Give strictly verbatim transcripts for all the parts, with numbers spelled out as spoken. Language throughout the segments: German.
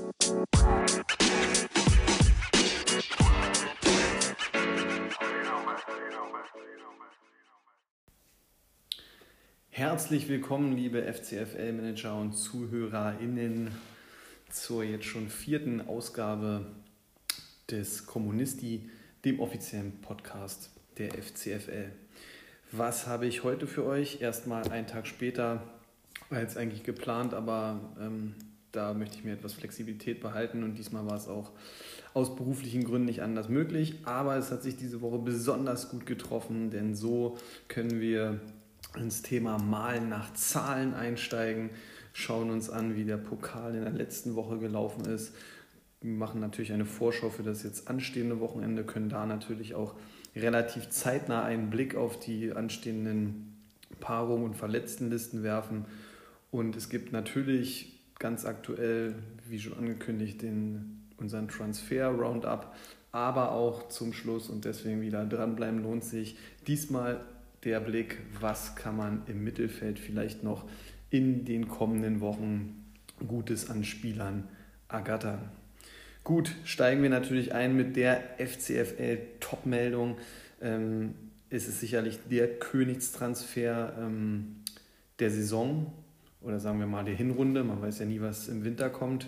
Herzlich willkommen, liebe F C F L-Manager und ZuhörerInnen, zur jetzt schon vierten Ausgabe des Kommunisti, dem offiziellen Podcast der F C F L. Was habe ich heute für euch? Erstmal einen Tag später als eigentlich geplant, aber ähm, da möchte ich mir etwas Flexibilität behalten und diesmal war es auch aus beruflichen Gründen nicht anders möglich. Aber es hat sich diese Woche besonders gut getroffen, denn so können wir ins Thema Malen nach Zahlen einsteigen, schauen uns an, wie der Pokal in der letzten Woche gelaufen ist, wir machen natürlich eine Vorschau für das jetzt anstehende Wochenende, können da natürlich auch relativ zeitnah einen Blick auf die anstehenden Paarungen und Verletztenlisten werfen und es gibt natürlich ganz aktuell, wie schon angekündigt, den, unseren Transfer-Roundup, aber auch zum Schluss und deswegen wieder dranbleiben lohnt sich, diesmal der Blick, was kann man im Mittelfeld vielleicht noch in den kommenden Wochen Gutes an Spielern ergattern. Gut, steigen wir natürlich ein mit der F C F L-Top-Meldung. Ähm, es ist sicherlich der Königstransfer ähm, der Saison oder sagen wir mal der Hinrunde. Man weiß ja nie, was im Winter kommt.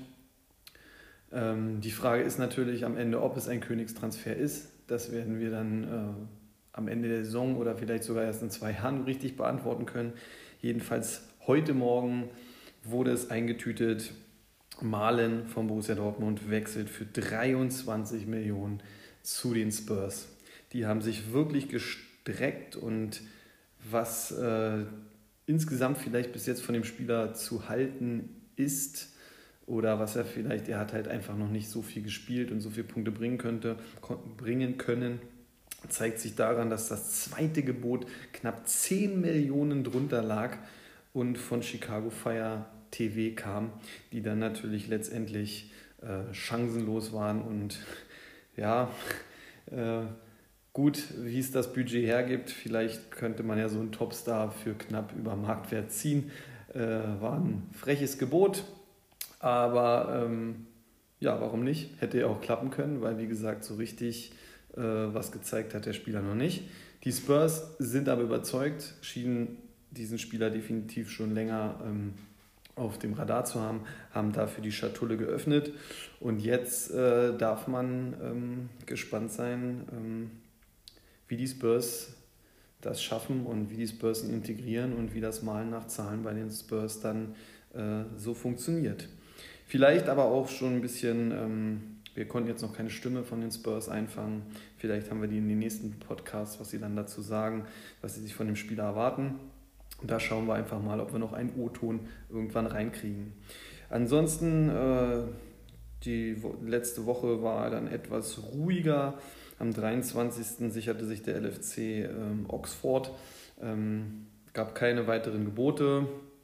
Ähm, die Frage ist natürlich am Ende, ob es ein Königstransfer ist. Das werden wir dann äh, am Ende der Saison oder vielleicht sogar erst in zwei Jahren richtig beantworten können. Jedenfalls heute Morgen wurde es eingetütet, Malen von Borussia Dortmund wechselt für dreiundzwanzig Millionen zu den Spurs. Die haben sich wirklich gestreckt und was äh, insgesamt vielleicht bis jetzt von dem Spieler zu halten ist oder was er vielleicht, er hat halt einfach noch nicht so viel gespielt und so viele Punkte bringen könnte, bringen können, zeigt sich daran, dass das zweite Gebot knapp zehn Millionen drunter lag und von Chicago Fire T V kam, die dann natürlich letztendlich äh, chancenlos waren und ja, äh, gut, wie es das Budget hergibt, vielleicht könnte man ja so einen Topstar für knapp über Marktwert ziehen, äh, war ein freches Gebot, aber ähm, ja, warum nicht, hätte ja auch klappen können, weil wie gesagt, so richtig was gezeigt hat der Spieler noch nicht. Die Spurs sind aber überzeugt, schienen diesen Spieler definitiv schon länger ähm, auf dem Radar zu haben, haben dafür die Schatulle geöffnet und jetzt äh, darf man ähm, gespannt sein, ähm, wie die Spurs das schaffen und wie die Spurs ihn integrieren und wie das Malen nach Zahlen bei den Spurs dann äh, so funktioniert. Vielleicht aber auch schon ein bisschen... Ähm, Wir konnten jetzt noch keine Stimme von den Spurs einfangen. Vielleicht haben wir die in den nächsten Podcasts, was sie dann dazu sagen, was sie sich von dem Spieler erwarten. Und da schauen wir einfach mal, ob wir noch einen O-Ton irgendwann reinkriegen. Ansonsten, äh, die letzte Woche war dann etwas ruhiger. Am dreiundzwanzigsten sicherte sich der L F C ähm, Oxford. Ähm, gab keine weiteren Gebote.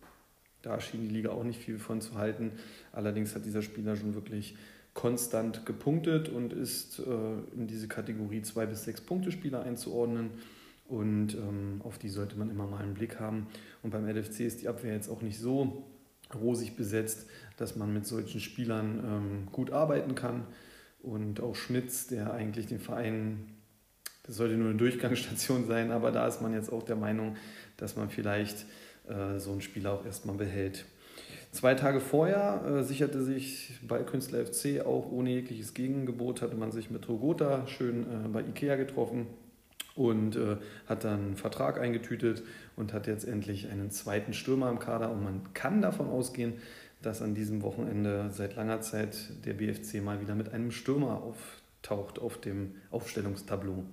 Da schien die Liga auch nicht viel von zu halten. Allerdings hat dieser Spieler schon wirklich konstant gepunktet und ist äh, in diese Kategorie zwei bis sechs Punkte Spieler einzuordnen und ähm, auf die sollte man immer mal einen Blick haben. Und beim L F C ist die Abwehr jetzt auch nicht so rosig besetzt, dass man mit solchen Spielern ähm, gut arbeiten kann. Und auch Schmitz, der eigentlich den Verein, das sollte nur eine Durchgangsstation sein, aber da ist man jetzt auch der Meinung, dass man vielleicht äh, so einen Spieler auch erstmal behält. Zwei Tage vorher äh, sicherte sich bei Künstler F C auch ohne jegliches Gegengebot, hatte man sich mit Rogota schön äh, bei Ikea getroffen und äh, hat dann einen Vertrag eingetütet und hat jetzt endlich einen zweiten Stürmer im Kader und man kann davon ausgehen, dass an diesem Wochenende seit langer Zeit der B F C mal wieder mit einem Stürmer auftaucht auf dem Aufstellungstableau.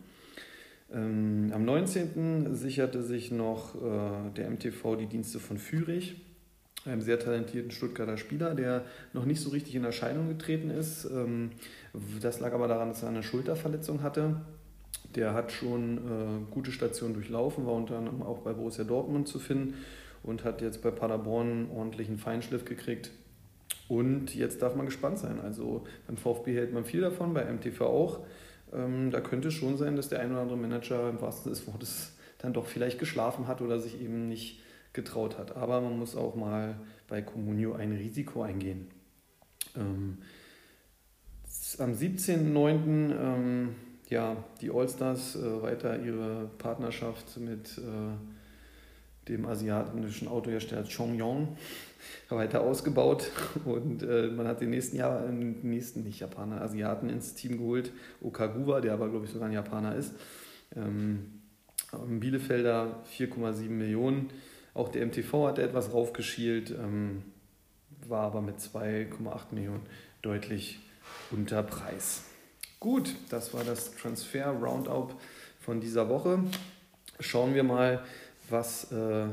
Ähm, am neunzehnten sicherte sich noch äh, der M T V die Dienste von Fürich, einem sehr talentierten Stuttgarter Spieler, der noch nicht so richtig in Erscheinung getreten ist. Das lag aber daran, dass er eine Schulterverletzung hatte. Der hat schon äh, gute Stationen durchlaufen, war unter anderem auch bei Borussia Dortmund zu finden und hat jetzt bei Paderborn einen ordentlichen Feinschliff gekriegt. Und jetzt darf man gespannt sein. Also beim VfB hält man viel davon, bei M T V auch. Ähm, da könnte es schon sein, dass der ein oder andere Manager im wahrsten Sinne des Wortes dann doch vielleicht geschlafen hat oder sich eben nicht getraut hat. Aber man muss auch mal bei Comunio ein Risiko eingehen. Ähm, Am siebzehnten neunten Ähm, ja, die Allstars äh, weiter ihre Partnerschaft mit äh, dem asiatischen Autohersteller Chongyong weiter ausgebaut und äh, man hat den nächsten Jahr, den nächsten nicht Japaner, Asiaten ins Team geholt, Okaguwa, der aber glaube ich sogar ein Japaner ist. Ähm, Bielefelder vier Komma sieben Millionen. Auch der M T V hatte etwas raufgeschielt, ähm, war aber mit zwei Komma acht Millionen deutlich unter Preis. Gut, das war das Transfer-Roundup von dieser Woche. Schauen wir mal, was äh,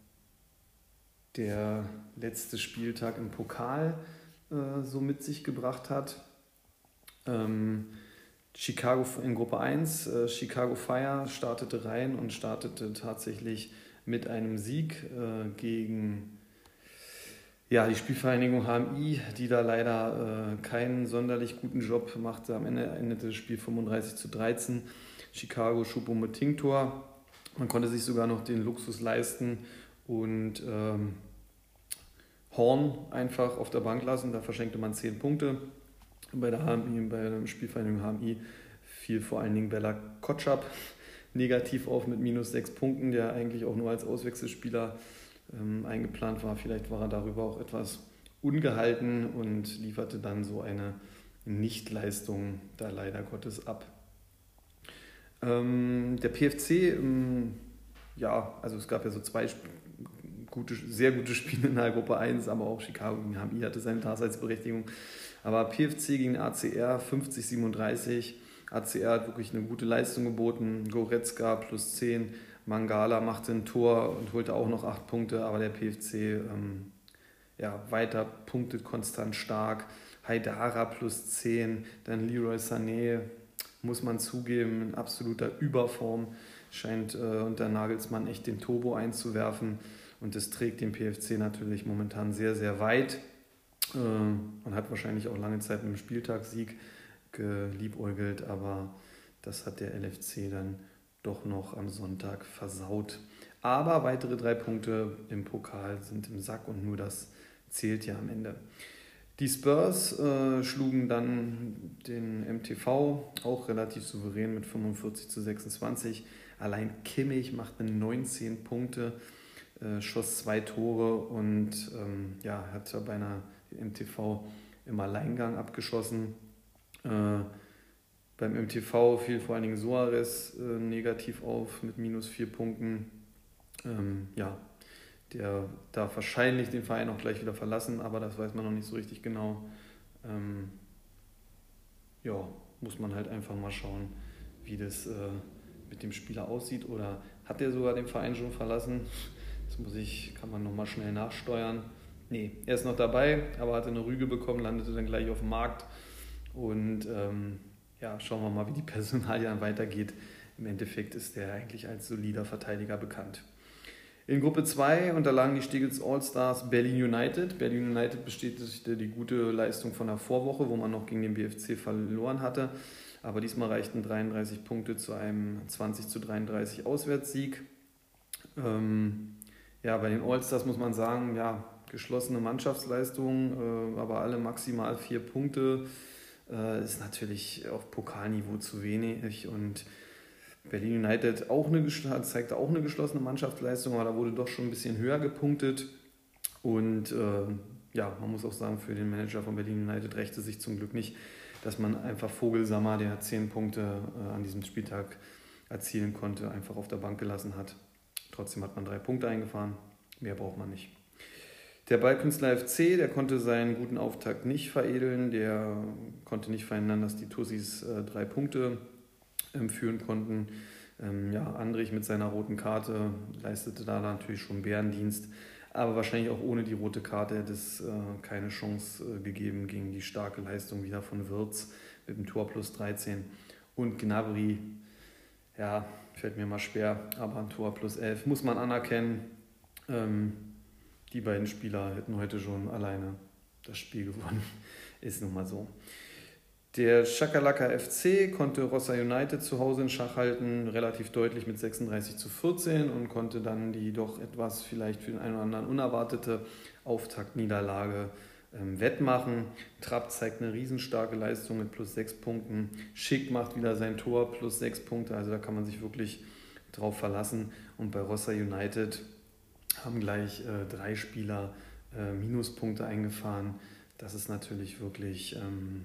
der letzte Spieltag im Pokal äh, so mit sich gebracht hat. Ähm, Chicago in Gruppe eins, äh, Chicago Fire startete rein und startete tatsächlich mit einem Sieg äh, gegen ja, die Spielvereinigung H M I, die da leider äh, keinen sonderlich guten Job machte. Am Ende endete das Spiel fünfunddreißig zu dreizehn. Chicago Choupo-Moting Tor. Man konnte sich sogar noch den Luxus leisten und ähm, Horn einfach auf der Bank lassen. Da verschenkte man zehn Punkte. Bei der H M I, bei der Spielvereinigung H M I fiel vor allen Dingen Bella Kotschap negativ auf mit minus sechs Punkten, der eigentlich auch nur als Auswechselspieler ähm, eingeplant war. Vielleicht war er darüber auch etwas ungehalten und lieferte dann so eine Nichtleistung da leider Gottes ab. Ähm, der P F C, ähm, ja, also es gab ja so zwei gute, sehr gute Spiele in der Gruppe eins, aber auch Chicago gegen H M I hatte seine Daseinsberechtigung. Aber P F C gegen A C R fünfzig siebenunddreißig. A C R hat wirklich eine gute Leistung geboten. Goretzka plus zehn. Mangala machte ein Tor und holte auch noch acht Punkte. Aber der P F C ähm, ja, weiter punktet konstant stark. Haidara plus zehn. Dann Leroy Sané, muss man zugeben, in absoluter Überform. Scheint äh, unter Nagelsmann echt den Turbo einzuwerfen. Und das trägt den P F C natürlich momentan sehr, sehr weit. Äh, man hat wahrscheinlich auch lange Zeit mit dem Spieltagssieg geliebäugelt, aber das hat der L F C dann doch noch am Sonntag versaut. Aber weitere drei Punkte im Pokal sind im Sack und nur das zählt ja am Ende. Die Spurs äh, schlugen dann den M T V auch relativ souverän mit fünfundvierzig zu sechsundzwanzig. Allein Kimmich machte neunzehn Punkte, äh, schoss zwei Tore und ähm, ja, hat beinahe den M T V im Alleingang abgeschossen. Äh, beim M T V fiel vor allen Dingen Soares äh, negativ auf mit minus vier Punkten. Ähm, ja, der darf wahrscheinlich den Verein auch gleich wieder verlassen, aber das weiß man noch nicht so richtig genau. Ähm, ja, muss man halt einfach mal schauen, wie das äh, mit dem Spieler aussieht. Oder hat der sogar den Verein schon verlassen? Das muss ich, kann man nochmal schnell nachsteuern. Nee, er ist noch dabei, aber hatte eine Rüge bekommen, landete dann gleich auf dem Markt. Und ähm, ja, schauen wir mal, wie die Personalie dann weitergeht. Im Endeffekt ist der eigentlich als solider Verteidiger bekannt. In Gruppe zwei unterlagen die Steglitz Allstars Berlin United. Berlin United bestätigte die gute Leistung von der Vorwoche, wo man noch gegen den B F C verloren hatte. Aber diesmal reichten dreiunddreißig Punkte zu einem zwanzig zu dreiunddreißig Auswärtssieg. Ähm, ja, bei den Allstars muss man sagen, ja, geschlossene Mannschaftsleistung, äh, aber alle maximal vier Punkte. Äh, ist natürlich auf Pokalniveau zu wenig und Berlin United auch eine, zeigte auch eine geschlossene Mannschaftsleistung, aber da wurde doch schon ein bisschen höher gepunktet und äh, ja, man muss auch sagen, für den Manager von Berlin United rächte sich zum Glück nicht, dass man einfach Vogelsammer, der zehn Punkte äh, an diesem Spieltag erzielen konnte, einfach auf der Bank gelassen hat. Trotzdem hat man drei Punkte eingefahren, mehr braucht man nicht. Der Ballkünstler F C, der konnte seinen guten Auftakt nicht veredeln, der konnte nicht verhindern, dass die Tussis äh, drei Punkte ähm, führen konnten. Ähm, ja, Andrich mit seiner roten Karte leistete da natürlich schon Bärendienst, aber wahrscheinlich auch ohne die rote Karte hätte es äh, keine Chance äh, gegeben gegen die starke Leistung wieder von Wirtz mit dem Tor plus dreizehn und Gnabry, ja, fällt mir mal schwer, aber ein Tor plus elf muss man anerkennen. Ähm, Die beiden Spieler hätten heute schon alleine das Spiel gewonnen. Ist nun mal so. Der Chakalaka F C konnte Rossa United zu Hause in Schach halten, relativ deutlich mit sechsunddreißig zu vierzehn und konnte dann die doch etwas vielleicht für den einen oder anderen unerwartete Auftaktniederlage ähm, wettmachen. Trapp zeigt eine riesenstarke Leistung mit plus sechs Punkten. Schick macht wieder sein Tor, plus sechs Punkte. Also da kann man sich wirklich drauf verlassen. Und bei Rossa United haben gleich äh, drei Spieler äh, Minuspunkte eingefahren. Das ist natürlich wirklich, ähm,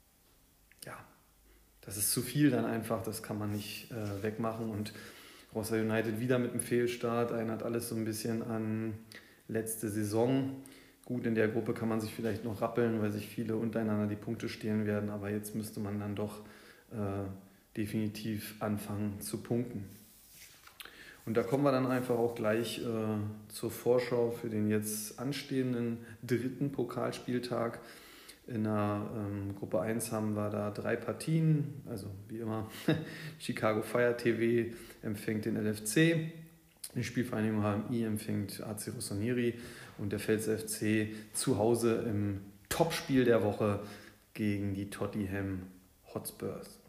ja, das ist zu viel dann einfach. Das kann man nicht äh, wegmachen. Und Rossa United wieder mit einem Fehlstart, erinnert alles so ein bisschen an letzte Saison. Gut, in der Gruppe kann man sich vielleicht noch rappeln, weil sich viele untereinander die Punkte stehlen werden, aber jetzt müsste man dann doch äh, definitiv anfangen zu punkten. Und da kommen wir dann einfach auch gleich äh, zur Vorschau für den jetzt anstehenden dritten Pokalspieltag. In der ähm, Gruppe eins haben wir da drei Partien, also wie immer Chicago Fire T V empfängt den L F C, die Spielvereinigung H M I empfängt A C Rossoneri und der Pfälzer F C zu Hause im Topspiel der Woche gegen die Tottenham Hotspurs.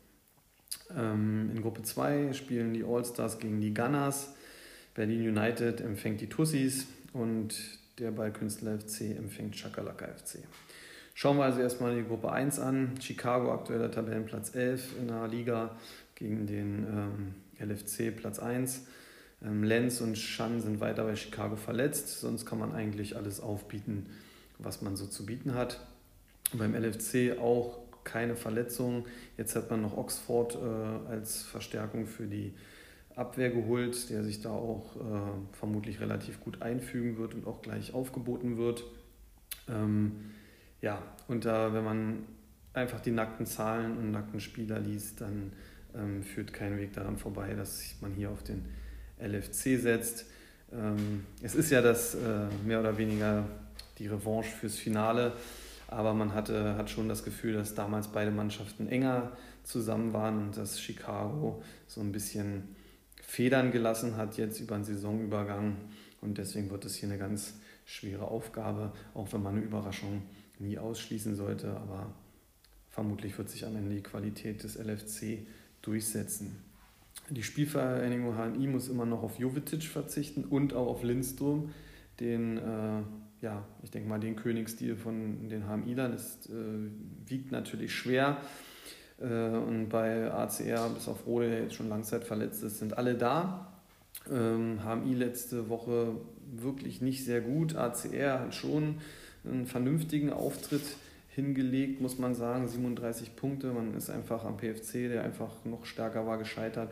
Ähm, in Gruppe zwei spielen die All-Stars gegen die Gunners, Berlin United empfängt die Tussis und der Ballkünstler F C empfängt Chakalaka F C. Schauen wir also erstmal die Gruppe eins an. Chicago aktueller Tabellenplatz elf in der Liga gegen den ähm, L F C Platz eins. Ähm, Lenz und Schan sind weiter bei Chicago verletzt, sonst kann man eigentlich alles aufbieten, was man so zu bieten hat. Beim L F C auch keine Verletzungen. Jetzt hat man noch Oxford äh, als Verstärkung für die Abwehr geholt, der sich da auch äh, vermutlich relativ gut einfügen wird und auch gleich aufgeboten wird. Ähm, ja, und da, wenn man einfach die nackten Zahlen und nackten Spieler liest, dann ähm, führt kein Weg daran vorbei, dass man hier auf den L F C setzt. Ähm, es ist ja das äh, mehr oder weniger die Revanche fürs Finale, aber man hatte, hat schon das Gefühl, dass damals beide Mannschaften enger zusammen waren und dass Chicago so ein bisschen Federn gelassen hat jetzt über den Saisonübergang und deswegen wird es hier eine ganz schwere Aufgabe, auch wenn man eine Überraschung nie ausschließen sollte, aber vermutlich wird sich am Ende die Qualität des L F C durchsetzen. Die Spielvereinigung H M I muss immer noch auf Jovetic verzichten und auch auf Lindström, den, äh, ja, ich denke mal, den Königsstil von den H M I-Lern. Das äh, wiegt natürlich schwer. Äh, und bei A C R, bis auf Rode, der jetzt schon Langzeit verletzt ist, sind alle da. Ähm, H M I letzte Woche wirklich nicht sehr gut. A C R hat schon einen vernünftigen Auftritt hingelegt, muss man sagen, siebenunddreißig Punkte. Man ist einfach am P F C, der einfach noch stärker war, gescheitert.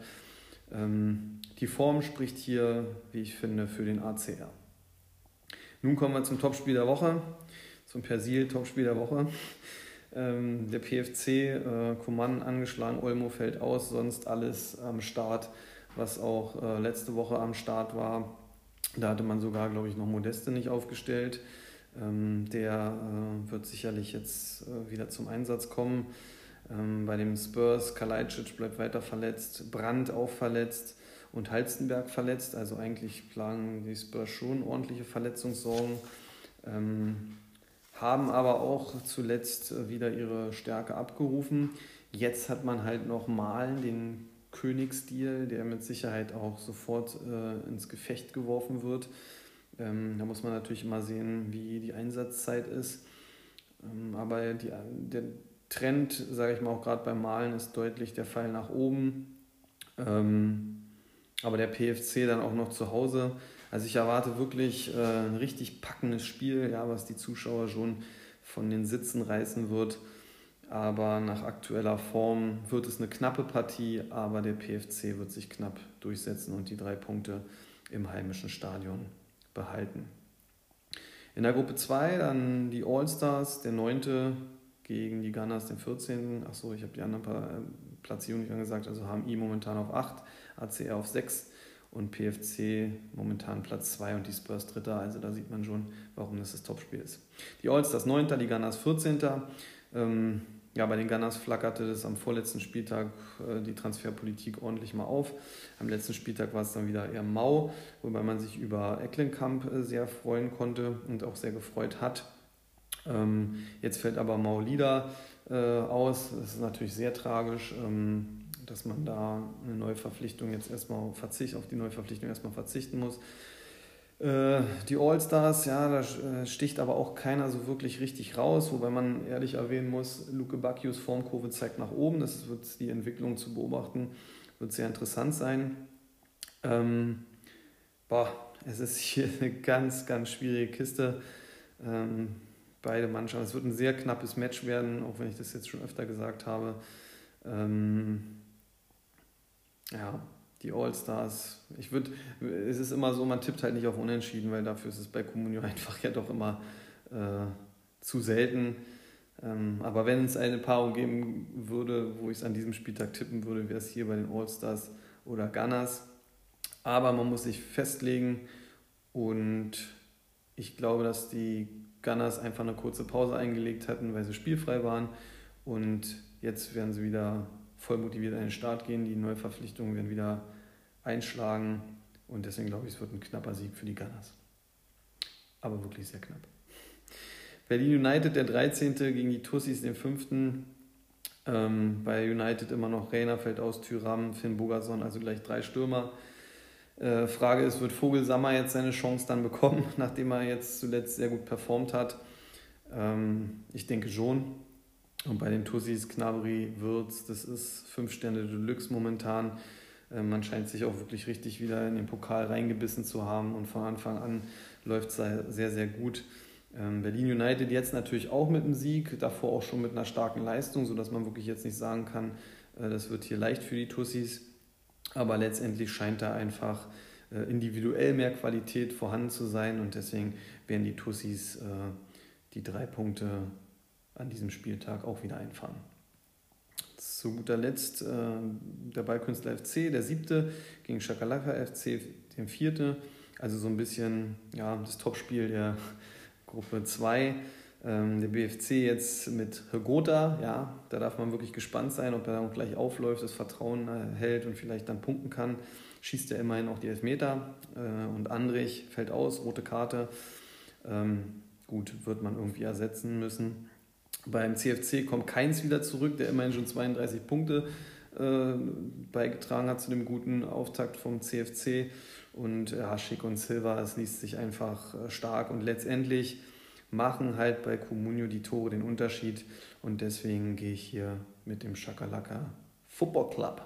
Ähm, die Form spricht hier, wie ich finde, für den A C R. Nun kommen wir zum Topspiel der Woche, zum Persil-Topspiel der Woche. Ähm, der P F C, äh, Coman angeschlagen, Olmo fällt aus, sonst alles am Start, was auch äh, letzte Woche am Start war. Da hatte man sogar, glaube ich, noch Modeste nicht aufgestellt. Ähm, der äh, wird sicherlich jetzt äh, wieder zum Einsatz kommen. Ähm, bei den Spurs, Kalajdzic bleibt weiter verletzt, Brandt auch verletzt und Halstenberg verletzt. Also eigentlich planen die Spurs schon ordentliche Verletzungssorgen, ähm, haben aber auch zuletzt äh, wieder ihre Stärke abgerufen. Jetzt hat man halt noch mal den Königsstil, der mit Sicherheit auch sofort äh, ins Gefecht geworfen wird. Ähm, da muss man natürlich immer sehen, wie die Einsatzzeit ist. Ähm, aber die, der Trend, sage ich mal, auch gerade beim Malen ist deutlich der Pfeil nach oben. Ähm, aber der P F C dann auch noch zu Hause. Also ich erwarte wirklich äh, ein richtig packendes Spiel, ja, was die Zuschauer schon von den Sitzen reißen wird. Aber nach aktueller Form wird es eine knappe Partie, aber der P F C wird sich knapp durchsetzen und die drei Punkte im heimischen Stadion behalten. In der Gruppe zwei dann die All-Stars, der neunte gegen die Gunners, den vierzehnten Achso, ich habe die anderen Platzierungen nicht angesagt. Also H M I momentan auf acht, A C R auf sechs und P F C momentan Platz zwei und die Spurs Dritter. Also da sieht man schon, warum das das Topspiel ist. Die All-Stars neunter, die Gunners vierzehnten Ähm, ja, bei den Gunners flackerte das am vorletzten Spieltag äh, die Transferpolitik ordentlich mal auf. Am letzten Spieltag war es dann wieder eher mau, wobei man sich über Ecklenkamp äh, sehr freuen konnte und auch sehr gefreut hat. Ähm, jetzt fällt aber Maolida äh, aus. Das ist natürlich sehr tragisch, ähm, dass man da eine Neuverpflichtung jetzt erstmal verzicht, auf die Neuverpflichtung erstmal verzichten muss. Äh, die All-Stars, ja, da äh, sticht aber auch keiner so wirklich richtig raus, wobei man ehrlich erwähnen muss, Luke Bacchius Formkurve zeigt nach oben, das wird die Entwicklung zu beobachten, wird sehr interessant sein. Ähm, boah, es ist hier eine ganz, ganz schwierige Kiste. Ähm, beide Mannschaften, es wird ein sehr knappes Match werden, auch wenn ich das jetzt schon öfter gesagt habe. Ähm, ja, die All-Stars. Ich würde, es ist immer so, man tippt halt nicht auf Unentschieden, weil dafür ist es bei Comunio einfach ja doch immer äh, zu selten. Ähm, aber wenn es eine Paarung geben würde, wo ich es an diesem Spieltag tippen würde, wäre es hier bei den All-Stars oder Gunners. Aber man muss sich festlegen und ich glaube, dass die Gunners einfach eine kurze Pause eingelegt hatten, weil sie spielfrei waren und jetzt werden sie wieder voll motiviert an den Start gehen. Die Neuverpflichtungen werden wieder einschlagen und deswegen glaube ich, es wird ein knapper Sieg für die Gunners. Aber wirklich sehr knapp. Berlin United, der dreizehnte gegen die Tussis, den fünften Ähm, bei United immer noch Reina fällt aus, Thuram, Finn Bogason, also gleich drei Stürmer. Äh, Frage ist, wird Vogelsammer jetzt seine Chance dann bekommen, nachdem er jetzt zuletzt sehr gut performt hat? Ähm, ich denke schon. Und bei den Tussis, Gnabry, Wirtz, das ist fünf Sterne Deluxe momentan. Äh, man scheint sich auch wirklich richtig wieder in den Pokal reingebissen zu haben und von Anfang an läuft es sehr, sehr gut. Ähm, Berlin United jetzt natürlich auch mit einem Sieg, davor auch schon mit einer starken Leistung, sodass man wirklich jetzt nicht sagen kann, äh, das wird hier leicht für die Tussis. Aber letztendlich scheint da einfach äh, individuell mehr Qualität vorhanden zu sein und deswegen werden die Tussis äh, die drei Punkte an diesem Spieltag auch wieder einfahren. Zu guter Letzt äh, der Ballkünstler F C, der siebte gegen Chakalaka F C, den vierte. Also so ein bisschen ja, das Topspiel der Gruppe zwei. Ähm, der B F C jetzt mit Hegota, ja, da darf man wirklich gespannt sein, ob er auch gleich aufläuft, das Vertrauen hält und vielleicht dann punkten kann. Schießt er immerhin auch die Elfmeter äh, und Andrich fällt aus, rote Karte. Ähm, gut, wird man irgendwie ersetzen müssen. Beim C F C kommt Keins wieder zurück, der immerhin schon zweiunddreißig Punkte äh, beigetragen hat zu dem guten Auftakt vom C F C. Und ja, Schick und Silva, es liest sich einfach äh, stark und letztendlich machen halt bei Comunio die Tore den Unterschied und deswegen gehe ich hier mit dem Chakalaka Football Club.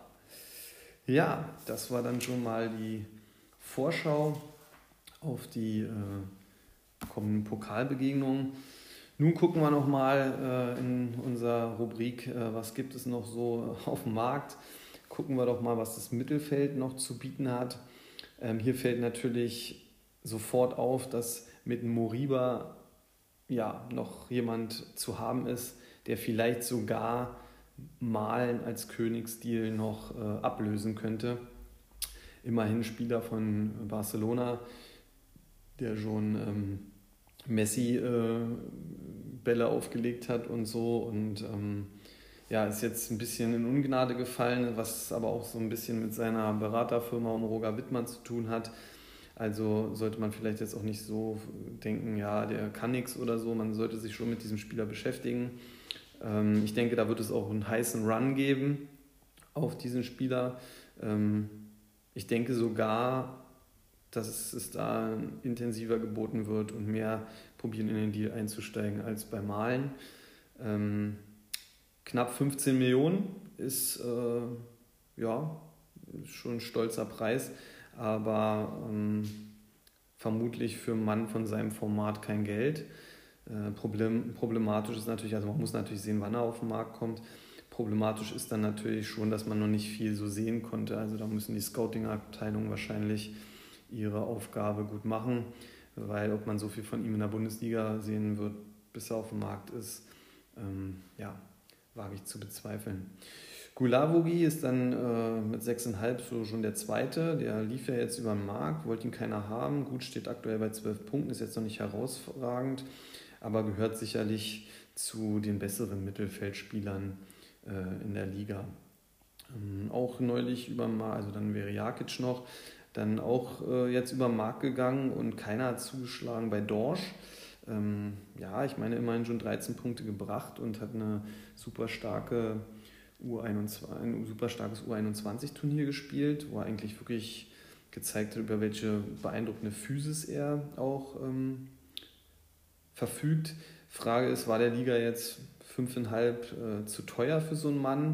Ja, das war dann schon mal die Vorschau auf die äh, kommenden Pokalbegegnungen. Nun gucken wir nochmal äh, in unserer Rubrik, äh, was gibt es noch so auf dem Markt. Gucken wir doch mal, was das Mittelfeld noch zu bieten hat. Ähm, hier fällt natürlich sofort auf, dass mit Moriba ja, noch jemand zu haben ist, der vielleicht sogar Malen als Königsstil noch äh, ablösen könnte. Immerhin Spieler von Barcelona, der schon ähm, Messi äh, Bälle aufgelegt hat und so und ähm, ja, ist jetzt ein bisschen in Ungnade gefallen, was aber auch so ein bisschen mit seiner Beraterfirma um Roger Wittmann zu tun hat. Also sollte man vielleicht jetzt auch nicht so denken, ja, der kann nichts oder so. Man sollte sich schon mit diesem Spieler beschäftigen. Ähm, ich denke, da wird es auch einen heißen Run geben auf diesen Spieler. Ähm, ich denke sogar, dass es da intensiver geboten wird und mehr probieren, in den Deal einzusteigen als bei Malen. Ähm, knapp fünfzehn Millionen ist äh, ja schon ein stolzer Preis. Aber ähm, vermutlich für einen Mann von seinem Format kein Geld. Äh, Problem, problematisch ist natürlich, also man muss natürlich sehen, wann er auf den Markt kommt. Problematisch ist dann natürlich schon, dass man noch nicht viel so sehen konnte. Also da müssen die Scouting-Abteilungen wahrscheinlich ihre Aufgabe gut machen, weil ob man so viel von ihm in der Bundesliga sehen wird, bis er auf dem Markt ist, ähm, ja, wage ich zu bezweifeln. Gulavogi ist dann äh, mit sechs Komma fünf so schon der zweite. Der lief ja jetzt über den Markt, wollte ihn keiner haben. Gut, steht aktuell bei zwölf Punkten, ist jetzt noch nicht herausragend, aber gehört sicherlich zu den besseren Mittelfeldspielern äh, in der Liga. Ähm, auch neulich über den Markt, also dann wäre Jakic noch, dann auch äh, jetzt über den Markt gegangen und keiner hat zugeschlagen bei Dorsch. Ähm, ja, ich meine, immerhin schon dreizehn Punkte gebracht und hat eine super starke U einundzwanzig, ein super starkes U einundzwanzig-Turnier gespielt, wo er eigentlich wirklich gezeigt hat, über welche beeindruckende Physis er auch ähm, verfügt. Frage ist, war der Liga jetzt fünfeinhalb äh, zu teuer für so einen Mann?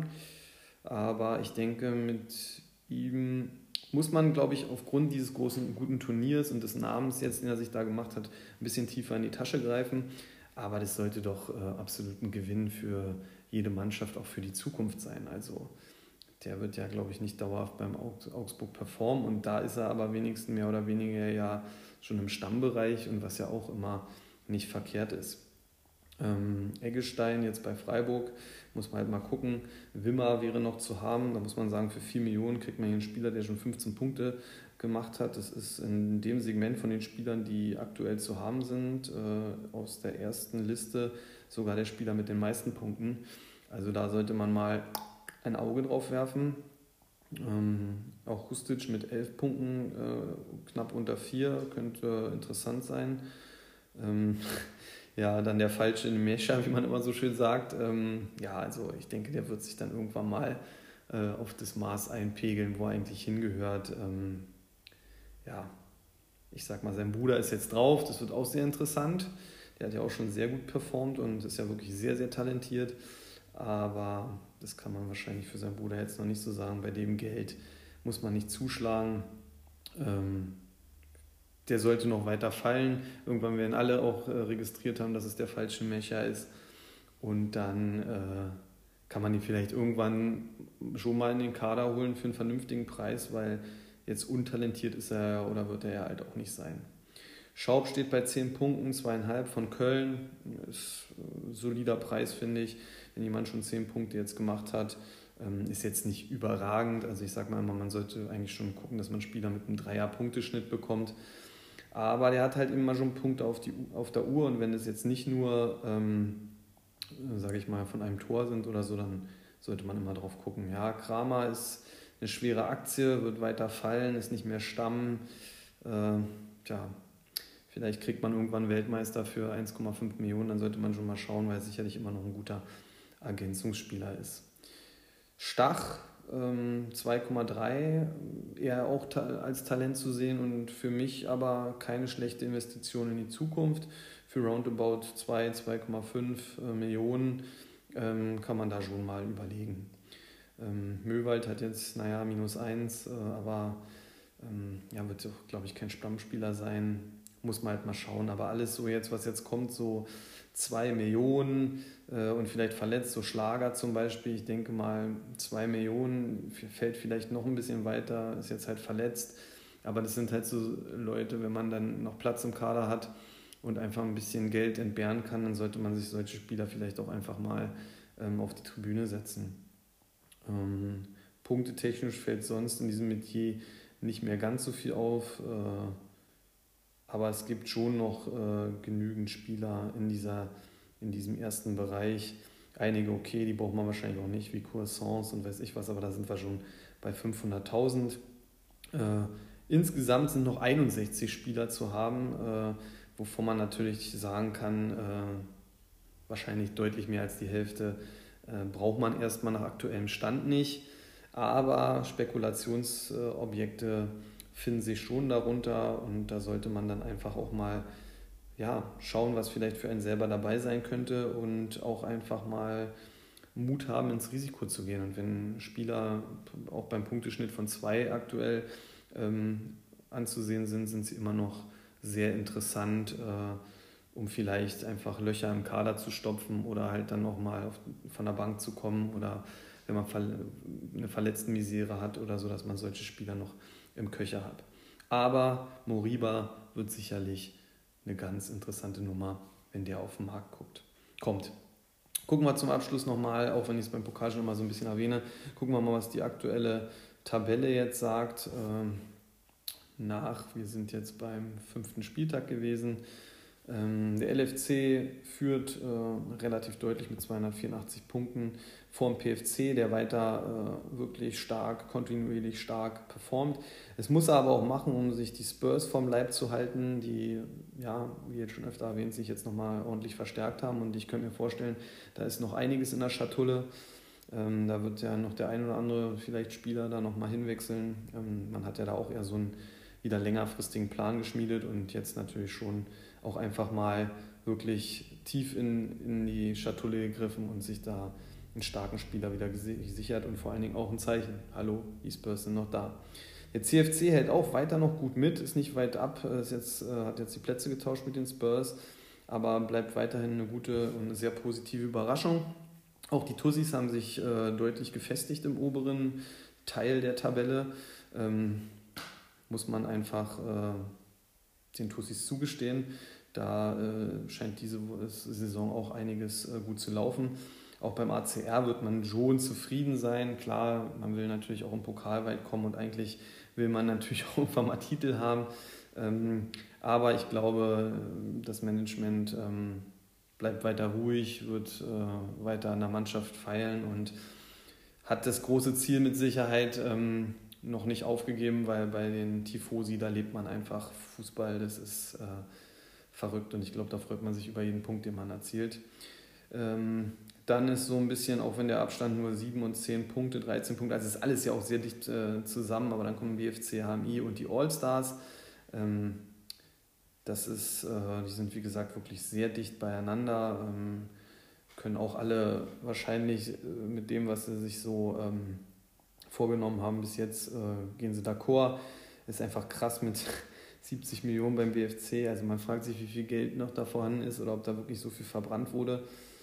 Aber ich denke, mit ihm muss man, glaube ich, aufgrund dieses großen, guten Turniers und des Namens jetzt, den er sich da gemacht hat, ein bisschen tiefer in die Tasche greifen. Aber das sollte doch äh, absolut ein Gewinn für jede Mannschaft, auch für die Zukunft sein. Also der wird ja, glaube ich, nicht dauerhaft beim Augsburg performen. Und da ist er aber wenigstens mehr oder weniger ja schon im Stammbereich und was ja auch immer nicht verkehrt ist. Ähm, Eggestein jetzt bei Freiburg, muss man halt mal gucken. Wimmer wäre noch zu haben, da muss man sagen, für vier Millionen kriegt man hier einen Spieler, der schon fünfzehn Punkte gemacht hat. Das ist in dem Segment von den Spielern, die aktuell zu haben sind, äh, aus der ersten Liste sogar der Spieler mit den meisten Punkten. Also da sollte man mal ein Auge drauf werfen. Ähm, auch Hustic mit elf Punkten, äh, knapp unter vier, könnte interessant sein. Ähm, Ja, dann der falsche Mescher, wie man immer so schön sagt. Ähm, ja, also ich denke, der wird sich dann irgendwann mal äh, auf das Maß einpegeln, wo er eigentlich hingehört. Ähm, ja, ich sag mal, sein Bruder ist jetzt drauf, das wird auch sehr interessant. Der hat ja auch schon sehr gut performt und ist ja wirklich sehr, sehr talentiert. Aber das kann man wahrscheinlich für seinen Bruder jetzt noch nicht so sagen. Bei dem Geld muss man nicht zuschlagen. Ähm, Der sollte noch weiter fallen. Irgendwann werden alle auch äh, registriert haben, dass es der falsche Mecher ist. Und dann äh, kann man ihn vielleicht irgendwann schon mal in den Kader holen für einen vernünftigen Preis, weil jetzt untalentiert ist er oder wird er ja halt auch nicht sein. Schaub steht bei zehn Punkten, zweieinhalb von Köln. Ist ein solider Preis, finde ich. Wenn jemand schon zehn Punkte jetzt gemacht hat, ähm, ist jetzt nicht überragend. Also ich sage mal immer, man sollte eigentlich schon gucken, dass man Spieler mit einem Dreier-Punkteschnitt bekommt. Aber der hat halt immer schon Punkte auf, die, auf der Uhr und wenn es jetzt nicht nur, ähm, sage ich mal, von einem Tor sind oder so, dann sollte man immer drauf gucken. Ja, Kramer ist eine schwere Aktie, wird weiter fallen, ist nicht mehr Stamm. Äh, tja, vielleicht kriegt man irgendwann Weltmeister für eins Komma fünf Millionen, dann sollte man schon mal schauen, weil er sicherlich immer noch ein guter Ergänzungsspieler ist. Stach, zwei Komma drei, eher auch ta- als Talent zu sehen und für mich aber keine schlechte Investition in die Zukunft. Für roundabout zwei, zwei Komma fünf Millionen ähm, kann man da schon mal überlegen. Ähm, Möwald hat jetzt, naja, minus eins, äh, aber ähm, ja, wird auch, glaube ich, kein Stammspieler sein. Muss man halt mal schauen. Aber alles so jetzt, was jetzt kommt, so zwei Millionen äh, und vielleicht verletzt, so Schlager zum Beispiel. Ich denke mal, zwei Millionen fällt vielleicht noch ein bisschen weiter, ist jetzt halt verletzt. Aber das sind halt so Leute, wenn man dann noch Platz im Kader hat und einfach ein bisschen Geld entbehren kann, dann sollte man sich solche Spieler vielleicht auch einfach mal ähm, auf die Tribüne setzen. Ähm, punktetechnisch fällt sonst in diesem Metier nicht mehr ganz so viel auf. Äh, Aber es gibt schon noch äh, genügend Spieler in, dieser, in diesem ersten Bereich. Einige okay, die braucht man wahrscheinlich auch nicht, wie Croissants und weiß ich was, aber da sind wir schon bei fünfhunderttausend. Äh, insgesamt sind noch einundsechzig Spieler zu haben, äh, wovon man natürlich sagen kann, äh, wahrscheinlich deutlich mehr als die Hälfte äh, braucht man erstmal nach aktuellem Stand nicht. Aber Spekulationsobjekte finden sich schon darunter und da sollte man dann einfach auch mal ja, schauen, was vielleicht für einen selber dabei sein könnte und auch einfach mal Mut haben, ins Risiko zu gehen. Und wenn Spieler auch beim Punkteschnitt von zwei aktuell ähm, anzusehen sind, sind sie immer noch sehr interessant, äh, um vielleicht einfach Löcher im Kader zu stopfen oder halt dann nochmal von der Bank zu kommen oder wenn man eine Verletztenmisere hat oder so, dass man solche Spieler noch im Köcher hat. Aber Moriba wird sicherlich eine ganz interessante Nummer, wenn der auf den Markt guckt, kommt. Gucken wir zum Abschluss nochmal, auch wenn ich es beim Pokal schon mal so ein bisschen erwähne, gucken wir mal, was die aktuelle Tabelle jetzt sagt. Ähm, nach, wir sind jetzt beim fünften Spieltag gewesen. Ähm, der L F C führt äh, relativ deutlich mit zweihundertvierundachtzig Punkten vor dem P F C, der weiter äh, wirklich stark, kontinuierlich stark performt. Es muss er aber auch machen, um sich die Spurs vom Leib zu halten, die, ja, wie jetzt schon öfter erwähnt, sich jetzt nochmal ordentlich verstärkt haben und ich könnte mir vorstellen, da ist noch einiges in der Schatulle. Ähm, da wird ja noch der ein oder andere vielleicht Spieler da nochmal hinwechseln. Ähm, man hat ja da auch eher so einen wieder längerfristigen Plan geschmiedet und jetzt natürlich schon auch einfach mal wirklich tief in, in die Schatulle gegriffen und sich da einen starken Spieler wieder gesichert und vor allen Dingen auch ein Zeichen. Hallo, die Spurs sind noch da. Der C F C hält auch weiter noch gut mit, ist nicht weit ab, ist jetzt, äh, hat jetzt die Plätze getauscht mit den Spurs, aber bleibt weiterhin eine gute und eine sehr positive Überraschung. Auch die Tussis haben sich äh, deutlich gefestigt im oberen Teil der Tabelle. Ähm, muss man einfach äh, den Tussis zugestehen. Da äh, scheint diese Saison auch einiges äh, gut zu laufen. Auch beim A C R wird man schon zufrieden sein. Klar, man will natürlich auch im Pokal weit kommen und eigentlich will man natürlich auch irgendwann mal Titel haben. Ähm, aber ich glaube, das Management ähm, bleibt weiter ruhig, wird äh, weiter an der Mannschaft feilen und hat das große Ziel mit Sicherheit ähm, noch nicht aufgegeben, weil bei den Tifosi, da lebt man einfach Fußball, das ist äh, verrückt und ich glaube, da freut man sich über jeden Punkt, den man erzielt. Ähm, dann ist so ein bisschen, auch wenn der Abstand nur sieben und zehn Punkte, dreizehn Punkte, also ist alles ja auch sehr dicht äh, zusammen, aber dann kommen B F C, H M I und die All-Stars. Ähm, das ist, äh, die sind wie gesagt wirklich sehr dicht beieinander, ähm, können auch alle wahrscheinlich äh, mit dem, was sie sich so ähm, vorgenommen haben bis jetzt, äh, gehen sie d'accord. Ist einfach krass mit siebzig Millionen beim B F C, also man fragt sich, wie viel Geld noch da vorhanden ist oder ob da wirklich so viel verbrannt wurde.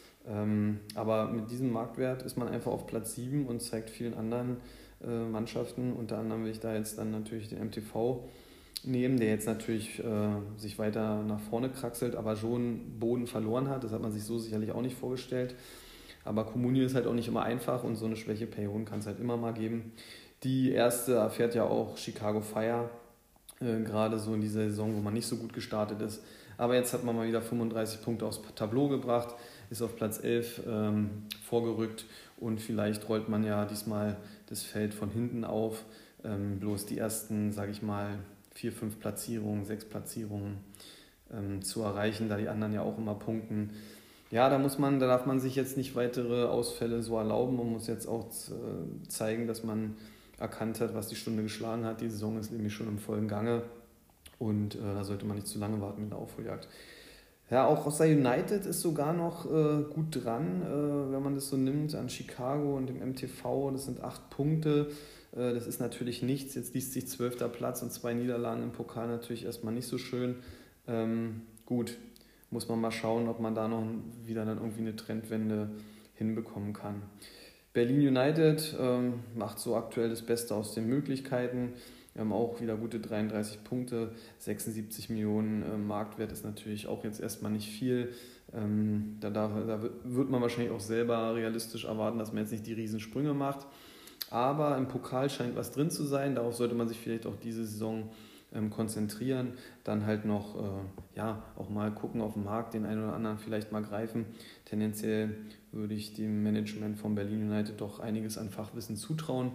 Ähm, aber mit diesem Marktwert ist man einfach auf Platz sieben und zeigt vielen anderen äh, Mannschaften, unter anderem will ich da jetzt dann natürlich den M T V nehmen, der jetzt natürlich äh, sich weiter nach vorne kraxelt, aber schon Boden verloren hat. Das hat man sich so sicherlich auch nicht vorgestellt. Aber Comunio ist halt auch nicht immer einfach und so eine Schwächeperioden kann es halt immer mal geben. Die erste erfährt ja auch Chicago Fire, äh, gerade so in dieser Saison, wo man nicht so gut gestartet ist. Aber jetzt hat man mal wieder fünfunddreißig Punkte aufs Tableau gebracht, ist auf Platz elf ähm, vorgerückt und vielleicht rollt man ja diesmal das Feld von hinten auf. Ähm, bloß die ersten, sage ich mal, vier, fünf Platzierungen, sechs Platzierungen ähm, zu erreichen, da die anderen ja auch immer punkten. Ja, da muss man, da darf man sich jetzt nicht weitere Ausfälle so erlauben. Man muss jetzt auch äh, zeigen, dass man erkannt hat, was die Stunde geschlagen hat. Die Saison ist nämlich schon im vollen Gange und äh, da sollte man nicht zu lange warten mit der Aufholjagd. Ja, auch Rossa United ist sogar noch äh, gut dran, äh, wenn man das so nimmt, an Chicago und dem M T V. Das sind acht Punkte. Äh, das ist natürlich nichts. Jetzt liest sich zwölfter Platz und zwei Niederlagen im Pokal natürlich erstmal nicht so schön. Ähm, gut, muss man mal schauen, ob man da noch wieder dann irgendwie eine Trendwende hinbekommen kann. Berlin United ähm, macht so aktuell das Beste aus den Möglichkeiten. Wir haben auch wieder gute dreiunddreißig Punkte, sechsundsiebzig Millionen äh, Marktwert ist natürlich auch jetzt erstmal nicht viel. Ähm, da, darf, da wird man wahrscheinlich auch selber realistisch erwarten, dass man jetzt nicht die Riesensprünge macht. Aber im Pokal scheint was drin zu sein, darauf sollte man sich vielleicht auch diese Saison ähm, konzentrieren. Dann halt noch, äh, ja, auch mal gucken auf dem Markt, den einen oder anderen vielleicht mal greifen. Tendenziell würde ich dem Management von Berlin United doch einiges an Fachwissen zutrauen.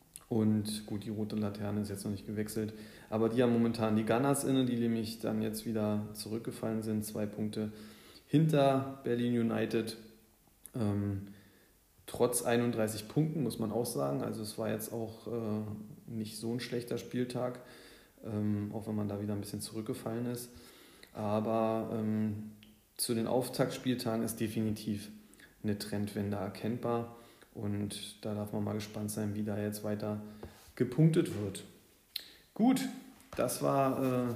Und gut, die rote Laterne ist jetzt noch nicht gewechselt, aber die haben momentan die Gunners inne, die nämlich dann jetzt wieder zurückgefallen sind, zwei Punkte hinter Berlin United, ähm, trotz einunddreißig Punkten, muss man auch sagen, also es war jetzt auch äh, nicht so ein schlechter Spieltag, ähm, auch wenn man da wieder ein bisschen zurückgefallen ist, aber ähm, zu den Auftaktspieltagen ist definitiv eine Trendwende erkennbar. Und da darf man mal gespannt sein, wie da jetzt weiter gepunktet wird. Gut, das war äh,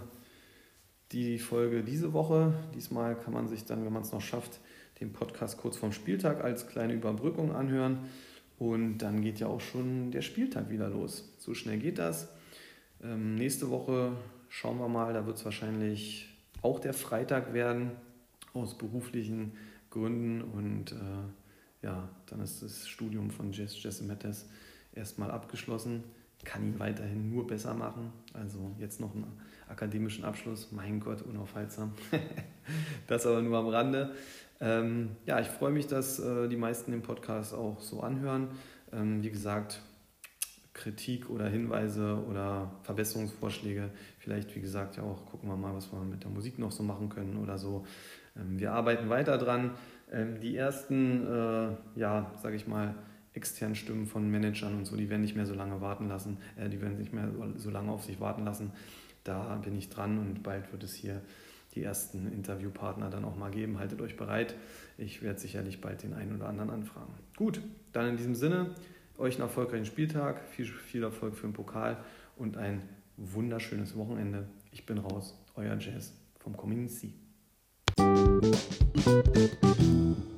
die Folge diese Woche. Diesmal kann man sich dann, wenn man es noch schafft, den Podcast kurz vorm Spieltag als kleine Überbrückung anhören. Und dann geht ja auch schon der Spieltag wieder los. So schnell geht das. Ähm, nächste Woche schauen wir mal, da wird es wahrscheinlich auch der Freitag werden, aus beruflichen Gründen und äh, ja, dann ist das Studium von Jess, Jesse Mattes erstmal abgeschlossen. Kann ihn weiterhin nur besser machen. Also jetzt noch einen akademischen Abschluss. Mein Gott, unaufhaltsam. Das aber nur am Rande. Ähm, ja, ich freue mich, dass äh, die meisten den Podcast auch so anhören. Ähm, wie gesagt, Kritik oder Hinweise oder Verbesserungsvorschläge. Vielleicht, wie gesagt, ja auch gucken wir mal, was wir mit der Musik noch so machen können oder so. Ähm, wir arbeiten weiter dran. Die ersten, äh, ja, sage ich mal, externen Stimmen von Managern und so, die werden nicht mehr so lange warten lassen, äh, die werden nicht mehr so lange auf sich warten lassen. Da bin ich dran und bald wird es hier die ersten Interviewpartner dann auch mal geben. Haltet euch bereit. Ich werde sicherlich bald den einen oder anderen anfragen. Gut, dann in diesem Sinne, euch einen erfolgreichen Spieltag, viel, viel Erfolg für den Pokal und ein wunderschönes Wochenende. Ich bin raus, euer Jazz vom Community.